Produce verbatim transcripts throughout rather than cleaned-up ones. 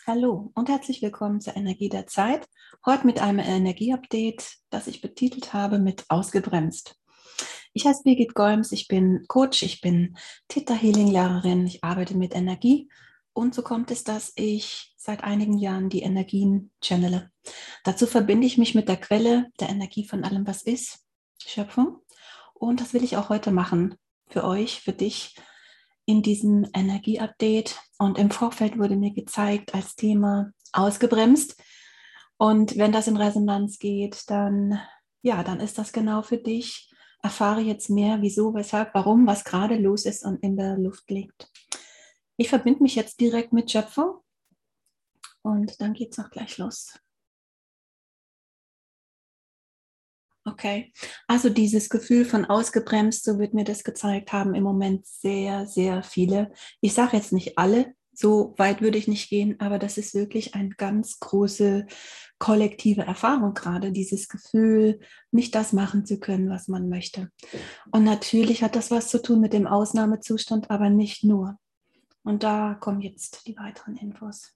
Hallo und herzlich willkommen zur Energie der Zeit. Heute mit einem Energieupdate, das ich betitelt habe mit Ausgebremst. Ich heiße Birgit Golms, ich bin Coach, ich bin Theta Healing Lehrerin, ich arbeite mit Energie und so kommt es, dass ich seit einigen Jahren die Energien channele. Dazu verbinde ich mich mit der Quelle der Energie von allem, was ist, Schöpfung. Und das will ich auch heute machen für euch, für dich in diesem Energieupdate. Und im Vorfeld wurde mir gezeigt als Thema ausgebremst. Und wenn das in Resonanz geht, dann, ja, dann ist das genau für dich. Erfahre jetzt mehr, wieso, weshalb, warum, was gerade los ist und in der Luft liegt. Ich verbinde mich jetzt direkt mit Schöpfung und dann geht es auch gleich los. Okay, also dieses Gefühl von ausgebremst, so wird mir das gezeigt, haben im Moment sehr, sehr viele. Ich sage jetzt nicht alle, so weit würde ich nicht gehen, aber das ist wirklich eine ganz große kollektive Erfahrung gerade, dieses Gefühl, nicht das machen zu können, was man möchte. Und natürlich hat das was zu tun mit dem Ausnahmezustand, aber nicht nur. Und da kommen jetzt die weiteren Infos.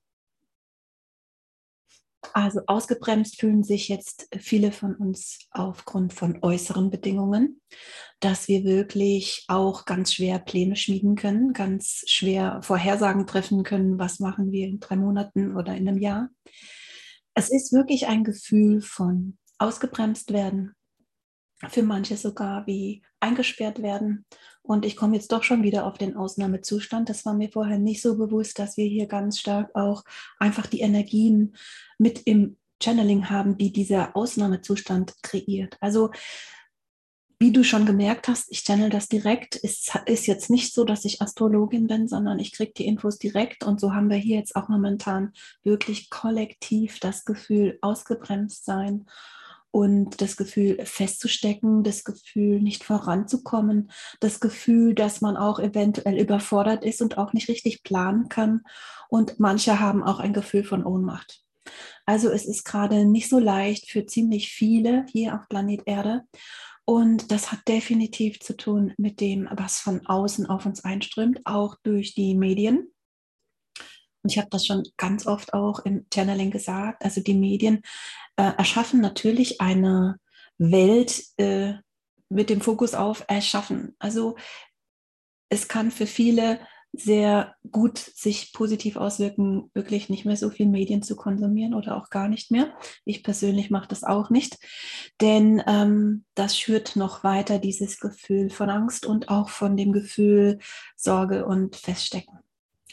Also ausgebremst fühlen sich jetzt viele von uns aufgrund von äußeren Bedingungen, dass wir wirklich auch ganz schwer Pläne schmieden können, ganz schwer Vorhersagen treffen können, was machen wir in drei Monaten oder in einem Jahr. Es ist wirklich ein Gefühl von ausgebremst werden, für manche sogar wie eingesperrt werden. Und ich komme jetzt doch schon wieder auf den Ausnahmezustand. Das war mir vorher nicht so bewusst, dass wir hier ganz stark auch einfach die Energien mit im Channeling haben, die dieser Ausnahmezustand kreiert. Also wie du schon gemerkt hast, ich channel das direkt. Es ist jetzt nicht so, dass ich Astrologin bin, sondern ich kriege die Infos direkt. Und so haben wir hier jetzt auch momentan wirklich kollektiv das Gefühl, ausgebremst sein und das Gefühl festzustecken, das Gefühl nicht voranzukommen, das Gefühl, dass man auch eventuell überfordert ist und auch nicht richtig planen kann. Und manche haben auch ein Gefühl von Ohnmacht. Also es ist gerade nicht so leicht für ziemlich viele hier auf Planet Erde. Und das hat definitiv zu tun mit dem, was von außen auf uns einströmt, auch durch die Medien. Und ich habe das schon ganz oft auch im Channeling gesagt. Also die Medien äh, erschaffen natürlich eine Welt äh, mit dem Fokus auf Erschaffen. Also es kann für viele sehr gut sich positiv auswirken, wirklich nicht mehr so viel Medien zu konsumieren oder auch gar nicht mehr. Ich persönlich mache das auch nicht, denn ähm, das schürt noch weiter dieses Gefühl von Angst und auch von dem Gefühl Sorge und Feststecken.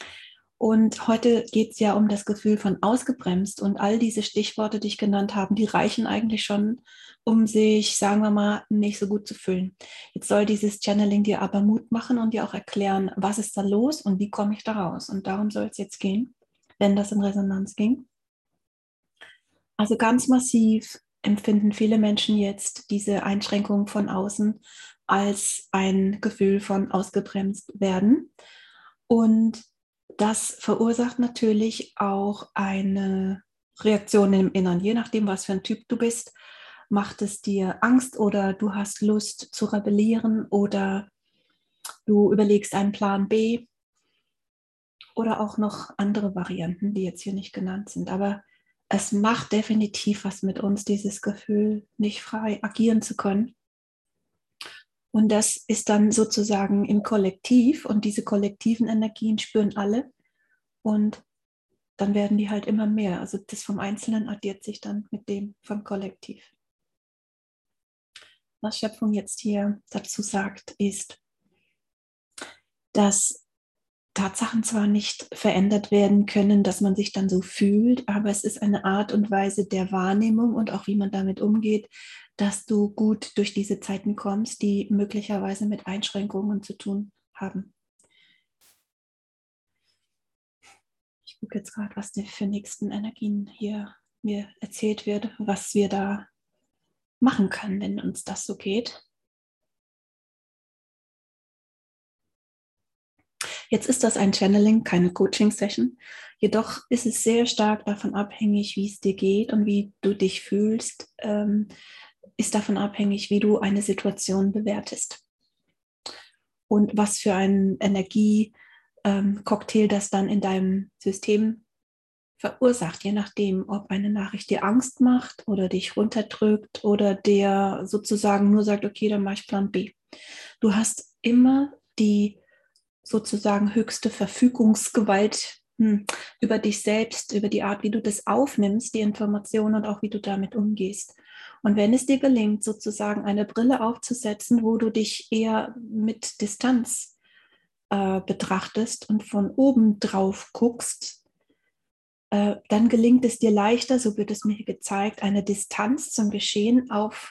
Und heute geht es ja um das Gefühl von ausgebremst und all diese Stichworte, die ich genannt habe, die reichen eigentlich schon, um sich, sagen wir mal, nicht so gut zu fühlen. Jetzt soll dieses Channeling dir aber Mut machen und dir auch erklären, was ist da los und wie komme ich da raus. Und darum soll es jetzt gehen, wenn das in Resonanz ging. Also ganz massiv empfinden viele Menschen jetzt diese Einschränkung von außen als ein Gefühl von ausgebremst werden. Und das verursacht natürlich auch eine Reaktion im Inneren. Je nachdem, was für ein Typ du bist, macht es dir Angst oder du hast Lust zu rebellieren oder du überlegst einen Plan B oder auch noch andere Varianten, die jetzt hier nicht genannt sind. Aber es macht definitiv was mit uns, dieses Gefühl, nicht frei agieren zu können. Und das ist dann sozusagen im Kollektiv und diese kollektiven Energien spüren alle und dann werden die halt immer mehr. Also das vom Einzelnen addiert sich dann mit dem vom Kollektiv. Was Schöpfung jetzt hier dazu sagt, ist, dass Tatsachen zwar nicht verändert werden können, dass man sich dann so fühlt, aber es ist eine Art und Weise der Wahrnehmung und auch wie man damit umgeht, dass du gut durch diese Zeiten kommst, die möglicherweise mit Einschränkungen zu tun haben. Ich gucke jetzt gerade, was für nächsten Energien hier mir erzählt wird, was wir da machen können, wenn uns das so geht. Jetzt ist das ein Channeling, keine Coaching-Session. Jedoch ist es sehr stark davon abhängig, wie es dir geht und wie du dich fühlst, ähm, ist davon abhängig, wie du eine Situation bewertest. Und was für ein Energie-Cocktail das dann in deinem System verursacht, je nachdem, ob eine Nachricht dir Angst macht oder dich runterdrückt oder der sozusagen nur sagt, okay, dann mache ich Plan B. Du hast immer die sozusagen höchste Verfügungsgewalt hm, über dich selbst, über die Art, wie du das aufnimmst, die Information und auch wie du damit umgehst. Und wenn es dir gelingt, sozusagen eine Brille aufzusetzen, wo du dich eher mit Distanz äh, betrachtest und von oben drauf guckst, äh, dann gelingt es dir leichter, so wird es mir gezeigt, eine Distanz zum Geschehen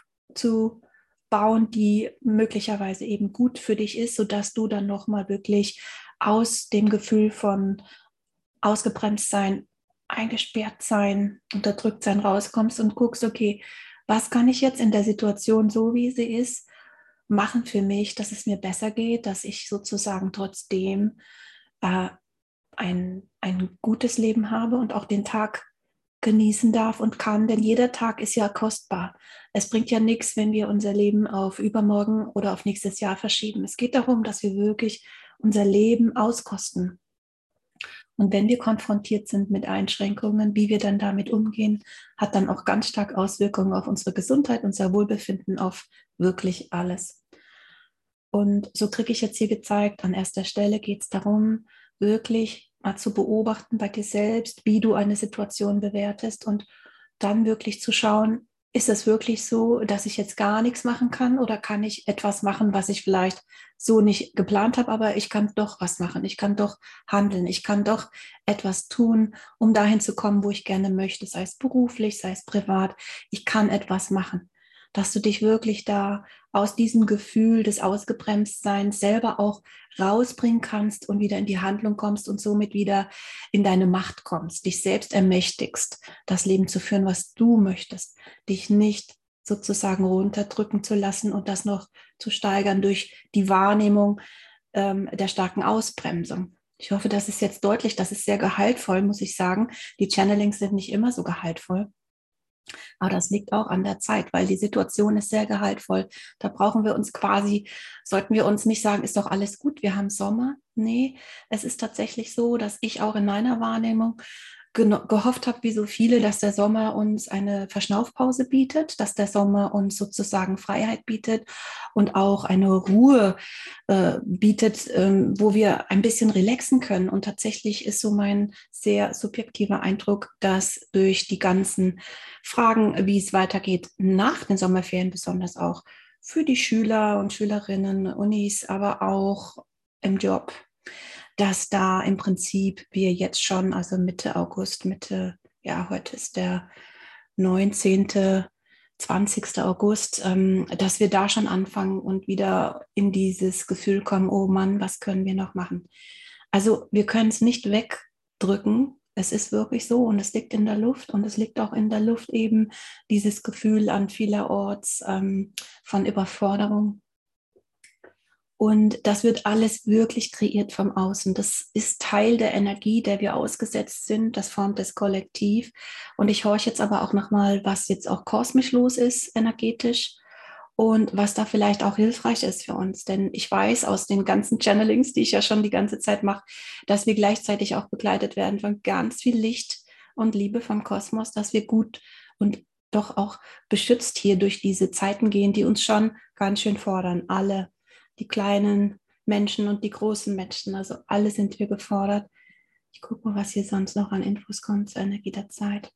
aufzubauen, die möglicherweise eben gut für dich ist, sodass du dann nochmal wirklich aus dem Gefühl von ausgebremst sein, eingesperrt sein, unterdrückt sein rauskommst und guckst, okay, was kann ich jetzt in der Situation, so wie sie ist, machen für mich, dass es mir besser geht, dass ich sozusagen trotzdem äh, ein, ein gutes Leben habe und auch den Tag genießen darf und kann, denn jeder Tag ist ja kostbar. Es bringt ja nichts, wenn wir unser Leben auf übermorgen oder auf nächstes Jahr verschieben. Es geht darum, dass wir wirklich unser Leben auskosten. Und wenn wir konfrontiert sind mit Einschränkungen, wie wir dann damit umgehen, hat dann auch ganz stark Auswirkungen auf unsere Gesundheit, unser Wohlbefinden, auf wirklich alles. Und so kriege ich jetzt hier gezeigt, an erster Stelle geht es darum, wirklich mal zu beobachten bei dir selbst, wie du eine Situation bewertest und dann wirklich zu schauen, ist es wirklich so, dass ich jetzt gar nichts machen kann oder kann ich etwas machen, was ich vielleicht so nicht geplant habe, aber ich kann doch was machen, ich kann doch handeln, ich kann doch etwas tun, um dahin zu kommen, wo ich gerne möchte, sei es beruflich, sei es privat, ich kann etwas machen, dass du dich wirklich da aus diesem Gefühl des Ausgebremstseins selber auch rausbringen kannst und wieder in die Handlung kommst und somit wieder in deine Macht kommst, dich selbst ermächtigst, das Leben zu führen, was du möchtest, dich nicht sozusagen runterdrücken zu lassen und das noch zu steigern durch die Wahrnehmung ähm, der starken Ausbremsung. Ich hoffe, das ist jetzt deutlich, das ist sehr gehaltvoll, muss ich sagen. Die Channelings sind nicht immer so gehaltvoll. Aber das liegt auch an der Zeit, weil die Situation ist sehr gehaltvoll. Da brauchen wir uns quasi, sollten wir uns nicht sagen, ist doch alles gut, wir haben Sommer. Nee, es ist tatsächlich so, dass ich auch in meiner Wahrnehmung gehofft habe, wie so viele, dass der Sommer uns eine Verschnaufpause bietet, dass der Sommer uns sozusagen Freiheit bietet und auch eine Ruhe äh, bietet, ähm, wo wir ein bisschen relaxen können. Und tatsächlich ist so mein sehr subjektiver Eindruck, dass durch die ganzen Fragen, wie es weitergeht nach den Sommerferien, besonders auch für die Schüler und Schülerinnen, Unis, aber auch im Job, dass da im Prinzip wir jetzt schon, also Mitte August, Mitte, ja, heute ist der neunzehnte, zwanzigste August, ähm, dass wir da schon anfangen und wieder in dieses Gefühl kommen, oh Mann, was können wir noch machen? Also wir können es nicht wegdrücken. Es ist wirklich so und es liegt in der Luft und es liegt auch in der Luft eben dieses Gefühl an vielerorts ähm, von Überforderung. Und das wird alles wirklich kreiert vom Außen. Das ist Teil der Energie, der wir ausgesetzt sind. Das formt das Kollektiv. Und ich horche jetzt aber auch nochmal, was jetzt auch kosmisch los ist, energetisch. Und was da vielleicht auch hilfreich ist für uns. Denn ich weiß aus den ganzen Channelings, die ich ja schon die ganze Zeit mache, dass wir gleichzeitig auch begleitet werden von ganz viel Licht und Liebe vom Kosmos, dass wir gut und doch auch beschützt hier durch diese Zeiten gehen, die uns schon ganz schön fordern. Alle, die kleinen Menschen und die großen Menschen, also alle sind wir gefordert. Ich gucke mal, was hier sonst noch an Infos kommt zur Energie der Zeit.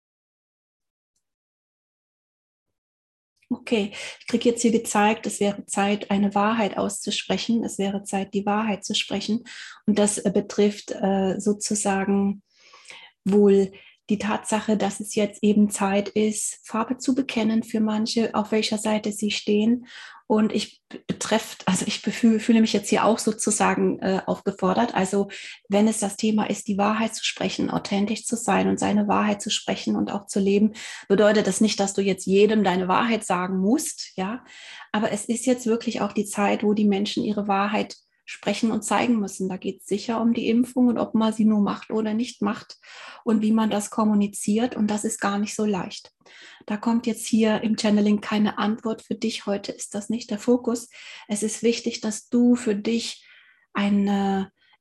Okay, ich kriege jetzt hier gezeigt, es wäre Zeit, eine Wahrheit auszusprechen. Es wäre Zeit, die Wahrheit zu sprechen. Und das äh, betrifft äh, sozusagen wohl die Tatsache, dass es jetzt eben Zeit ist, Farbe zu bekennen für manche, auf welcher Seite sie stehen. Und ich betrefft, also ich befühle, fühle mich jetzt hier auch sozusagen äh, aufgefordert. Also wenn es das Thema ist, die Wahrheit zu sprechen, authentisch zu sein und seine Wahrheit zu sprechen und auch zu leben, bedeutet das nicht, dass du jetzt jedem deine Wahrheit sagen musst, ja. Aber es ist jetzt wirklich auch die Zeit, wo die Menschen ihre Wahrheit sprechen und zeigen müssen. Da geht es sicher um die Impfung und ob man sie nur macht oder nicht macht und wie man das kommuniziert. Und das ist gar nicht so leicht. Da kommt jetzt hier im Channeling keine Antwort für dich. Heute ist das nicht der Fokus. Es ist wichtig, dass du für dich eine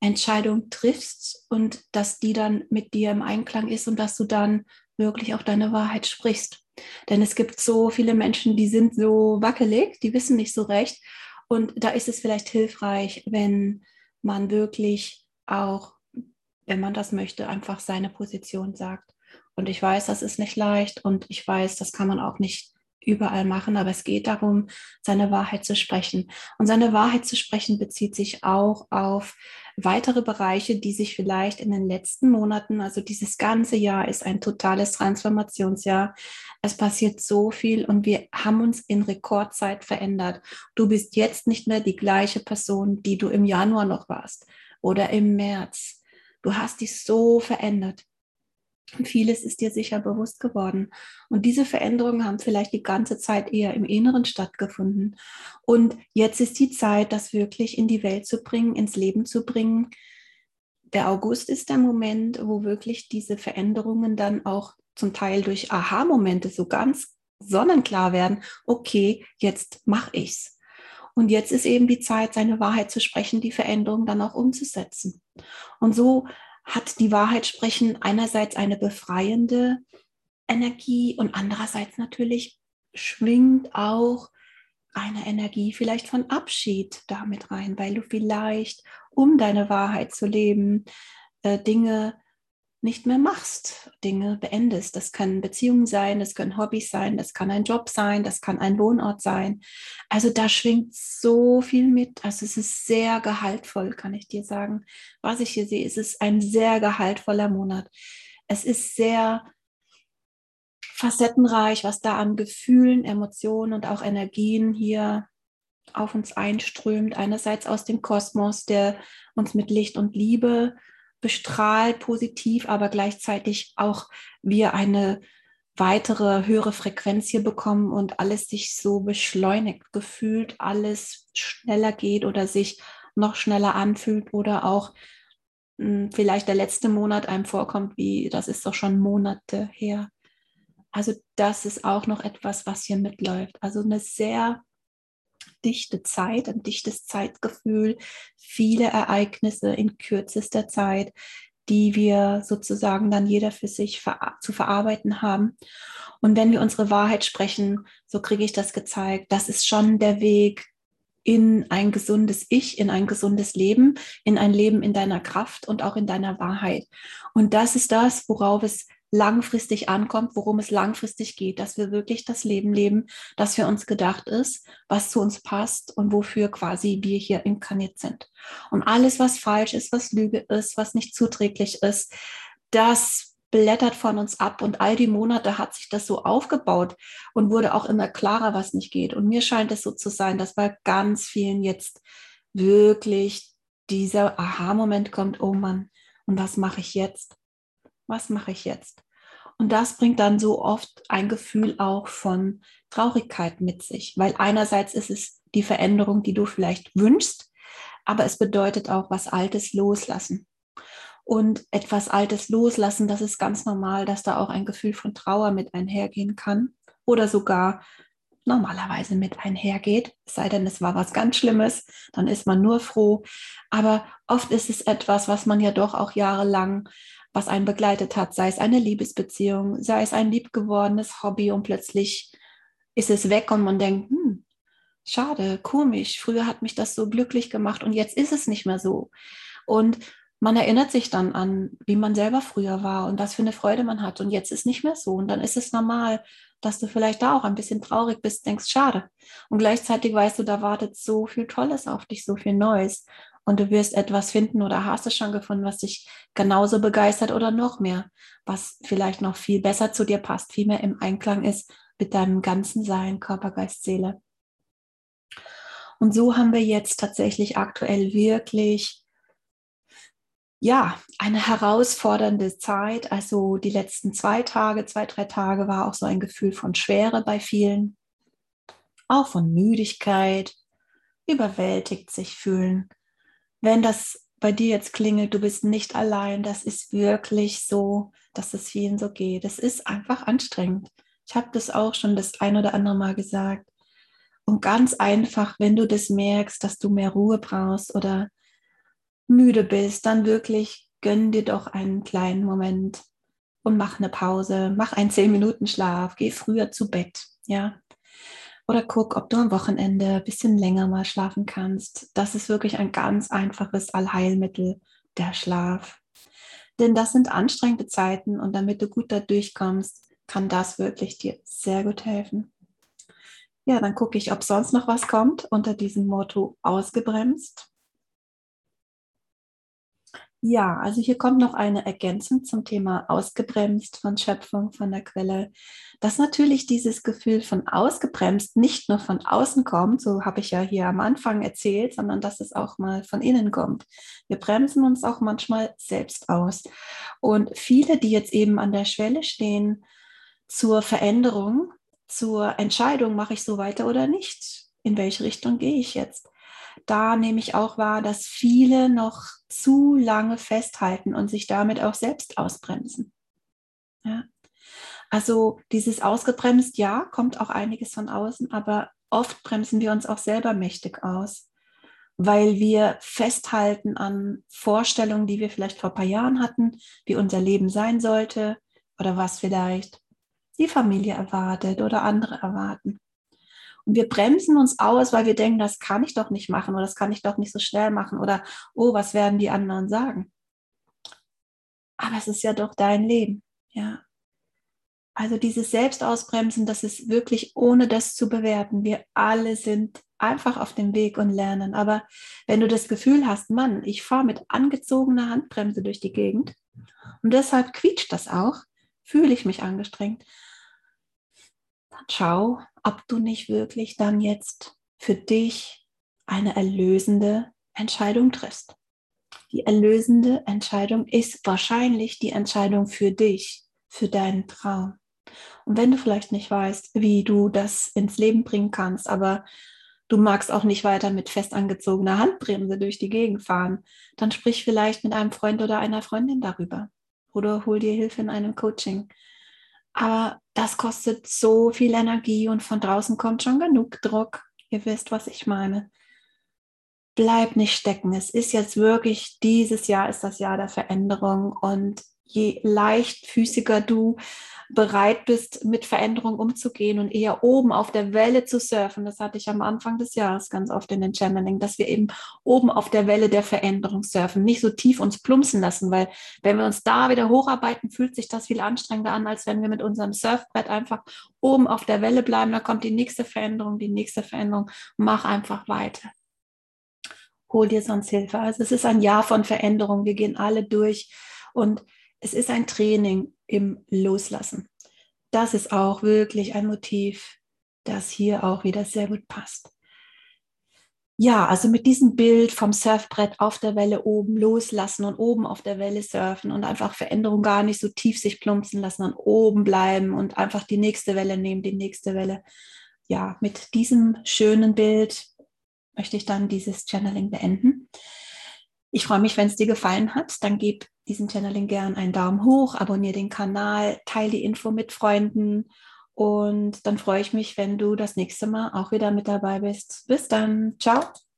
Entscheidung triffst und dass die dann mit dir im Einklang ist und dass du dann wirklich auch deine Wahrheit sprichst. Denn es gibt so viele Menschen, die sind so wackelig, die wissen nicht so recht. Und da ist es vielleicht hilfreich, wenn man wirklich auch, wenn man das möchte, einfach seine Position sagt. Und ich weiß, das ist nicht leicht und ich weiß, das kann man auch nicht überall machen, aber es geht darum, seine Wahrheit zu sprechen. Und seine Wahrheit zu sprechen bezieht sich auch auf weitere Bereiche, die sich vielleicht in den letzten Monaten, also dieses ganze Jahr ist ein totales Transformationsjahr. Es passiert so viel und wir haben uns in Rekordzeit verändert. Du bist jetzt nicht mehr die gleiche Person, die du im Januar noch warst oder im März. Du hast dich so verändert. Und vieles ist dir sicher bewusst geworden. Und diese Veränderungen haben vielleicht die ganze Zeit eher im Inneren stattgefunden. Und jetzt ist die Zeit, das wirklich in die Welt zu bringen, ins Leben zu bringen. Der August ist der Moment, wo wirklich diese Veränderungen dann auch zum Teil durch Aha-Momente so ganz sonnenklar werden. Okay, jetzt mache ich's. Und jetzt ist eben die Zeit, seine Wahrheit zu sprechen, die Veränderung dann auch umzusetzen. Und so hat die Wahrheit sprechen einerseits eine befreiende Energie und andererseits natürlich schwingt auch eine Energie vielleicht von Abschied damit rein, weil du vielleicht, um deine Wahrheit zu leben, äh, Dinge nicht mehr machst, Dinge beendest. Das können Beziehungen sein, das können Hobbys sein, das kann ein Job sein, das kann ein Wohnort sein. Also da schwingt so viel mit. Also es ist sehr gehaltvoll, kann ich dir sagen. Was ich hier sehe, es ist ein sehr gehaltvoller Monat. Es ist sehr facettenreich, was da an Gefühlen, Emotionen und auch Energien hier auf uns einströmt. Einerseits aus dem Kosmos, der uns mit Licht und Liebe bestrahlt, positiv, aber gleichzeitig auch wir eine weitere höhere Frequenz hier bekommen und alles sich so beschleunigt gefühlt, alles schneller geht oder sich noch schneller anfühlt oder auch mh, vielleicht der letzte Monat einem vorkommt, wie das ist doch schon Monate her. Also das ist auch noch etwas, was hier mitläuft. Also eine sehr dichte Zeit, ein dichtes Zeitgefühl, viele Ereignisse in kürzester Zeit, die wir sozusagen dann jeder für sich ver- zu verarbeiten haben. Und wenn wir unsere Wahrheit sprechen, so kriege ich das gezeigt, das ist schon der Weg in ein gesundes Ich, in ein gesundes Leben, in ein Leben in deiner Kraft und auch in deiner Wahrheit. Und das ist das, worauf es langfristig ankommt, worum es langfristig geht, dass wir wirklich das Leben leben, das für uns gedacht ist, was zu uns passt und wofür quasi wir hier inkarniert sind. Und alles, was falsch ist, was Lüge ist, was nicht zuträglich ist, das blättert von uns ab und all die Monate hat sich das so aufgebaut und wurde auch immer klarer, was nicht geht. Und mir scheint es so zu sein, dass bei ganz vielen jetzt wirklich dieser Aha-Moment kommt, oh Mann, und was mache ich jetzt? Was mache ich jetzt? Und das bringt dann so oft ein Gefühl auch von Traurigkeit mit sich, weil einerseits ist es die Veränderung, die du vielleicht wünschst, aber es bedeutet auch was Altes loslassen. Und etwas Altes loslassen, das ist ganz normal, dass da auch ein Gefühl von Trauer mit einhergehen kann oder sogar normalerweise mit einhergeht, es sei denn, es war was ganz Schlimmes, dann ist man nur froh. Aber oft ist es etwas, was man ja doch auch jahrelang, was einen begleitet hat, sei es eine Liebesbeziehung, sei es ein liebgewordenes Hobby und plötzlich ist es weg und man denkt, hm, schade, komisch, früher hat mich das so glücklich gemacht und jetzt ist es nicht mehr so. Und man erinnert sich dann an, wie man selber früher war und was für eine Freude man hat und jetzt ist nicht mehr so und dann ist es normal, dass du vielleicht da auch ein bisschen traurig bist, denkst, schade. Und gleichzeitig weißt du, da wartet so viel Tolles auf dich, so viel Neues. Und du wirst etwas finden oder hast es schon gefunden, was dich genauso begeistert oder noch mehr, was vielleicht noch viel besser zu dir passt, viel mehr im Einklang ist mit deinem ganzen Sein, Körper, Geist, Seele. Und so haben wir jetzt tatsächlich aktuell wirklich ja, eine herausfordernde Zeit. Also die letzten zwei Tage, zwei, drei Tage war auch so ein Gefühl von Schwere bei vielen, auch von Müdigkeit, überwältigt sich fühlen. Wenn das bei dir jetzt klingelt, du bist nicht allein, das ist wirklich so, dass es vielen so geht. Es ist einfach anstrengend. Ich habe das auch schon das ein oder andere Mal gesagt. Und ganz einfach, wenn du das merkst, dass du mehr Ruhe brauchst oder müde bist, dann wirklich gönn dir doch einen kleinen Moment und mach eine Pause, mach einen zehn Minuten Schlaf, geh früher zu Bett, ja. Oder guck, ob du am Wochenende ein bisschen länger mal schlafen kannst. Das ist wirklich ein ganz einfaches Allheilmittel, der Schlaf. Denn das sind anstrengende Zeiten und damit du gut da durchkommst, kann das wirklich dir sehr gut helfen. Ja, dann gucke ich, ob sonst noch was kommt unter diesem Motto ausgebremst. Ja, also hier kommt noch eine Ergänzung zum Thema ausgebremst von Schöpfung, von der Quelle, dass natürlich dieses Gefühl von ausgebremst nicht nur von außen kommt, so habe ich ja hier am Anfang erzählt, sondern dass es auch mal von innen kommt. Wir bremsen uns auch manchmal selbst aus. Und viele, die jetzt eben an der Schwelle stehen zur Veränderung, zur Entscheidung, mache ich so weiter oder nicht? In welche Richtung gehe ich jetzt? Da nehme ich auch wahr, dass viele noch zu lange festhalten und sich damit auch selbst ausbremsen. Ja. Also dieses ausgebremst, ja, kommt auch einiges von außen, aber oft bremsen wir uns auch selber mächtig aus, weil wir festhalten an Vorstellungen, die wir vielleicht vor ein paar Jahren hatten, wie unser Leben sein sollte oder was vielleicht die Familie erwartet oder andere erwarten. Und wir bremsen uns aus, weil wir denken, das kann ich doch nicht machen oder das kann ich doch nicht so schnell machen oder, oh, was werden die anderen sagen? Aber es ist ja doch dein Leben, ja. Also dieses Selbstausbremsen, das ist wirklich ohne das zu bewerten. Wir alle sind einfach auf dem Weg und lernen. Aber wenn du das Gefühl hast, Mann, ich fahre mit angezogener Handbremse durch die Gegend und deshalb quietscht das auch, fühle ich mich angestrengt, dann schau, ob du nicht wirklich dann jetzt für dich eine erlösende Entscheidung triffst. Die erlösende Entscheidung ist wahrscheinlich die Entscheidung für dich, für deinen Traum. Und wenn du vielleicht nicht weißt, wie du das ins Leben bringen kannst, aber du magst auch nicht weiter mit fest angezogener Handbremse durch die Gegend fahren, dann sprich vielleicht mit einem Freund oder einer Freundin darüber oder hol dir Hilfe in einem Coaching. Aber das kostet so viel Energie und von draußen kommt schon genug Druck. Ihr wisst, was ich meine. Bleib nicht stecken. Es ist jetzt wirklich, dieses Jahr ist das Jahr der Veränderung und je leichtfüßiger du bereit bist, mit Veränderung umzugehen und eher oben auf der Welle zu surfen, das hatte ich am Anfang des Jahres ganz oft in den Channeling, dass wir eben oben auf der Welle der Veränderung surfen, nicht so tief uns plumpsen lassen, weil wenn wir uns da wieder hocharbeiten, fühlt sich das viel anstrengender an, als wenn wir mit unserem Surfbrett einfach oben auf der Welle bleiben, dann kommt die nächste Veränderung, die nächste Veränderung, mach einfach weiter. Hol dir sonst Hilfe. Also es ist ein Jahr von Veränderung. Wir gehen alle durch und es ist ein Training im Loslassen. Das ist auch wirklich ein Motiv, das hier auch wieder sehr gut passt. Ja, also mit diesem Bild vom Surfbrett auf der Welle oben loslassen und oben auf der Welle surfen und einfach Veränderung gar nicht so tief sich plumpsen lassen und oben bleiben und einfach die nächste Welle nehmen, die nächste Welle. Ja, mit diesem schönen Bild möchte ich dann dieses Channeling beenden. Ich freue mich, wenn es dir gefallen hat. Dann gib diesem Channeling gern einen Daumen hoch, abonniere den Kanal, teile die Info mit Freunden und dann freue ich mich, wenn du das nächste Mal auch wieder mit dabei bist. Bis dann. Ciao.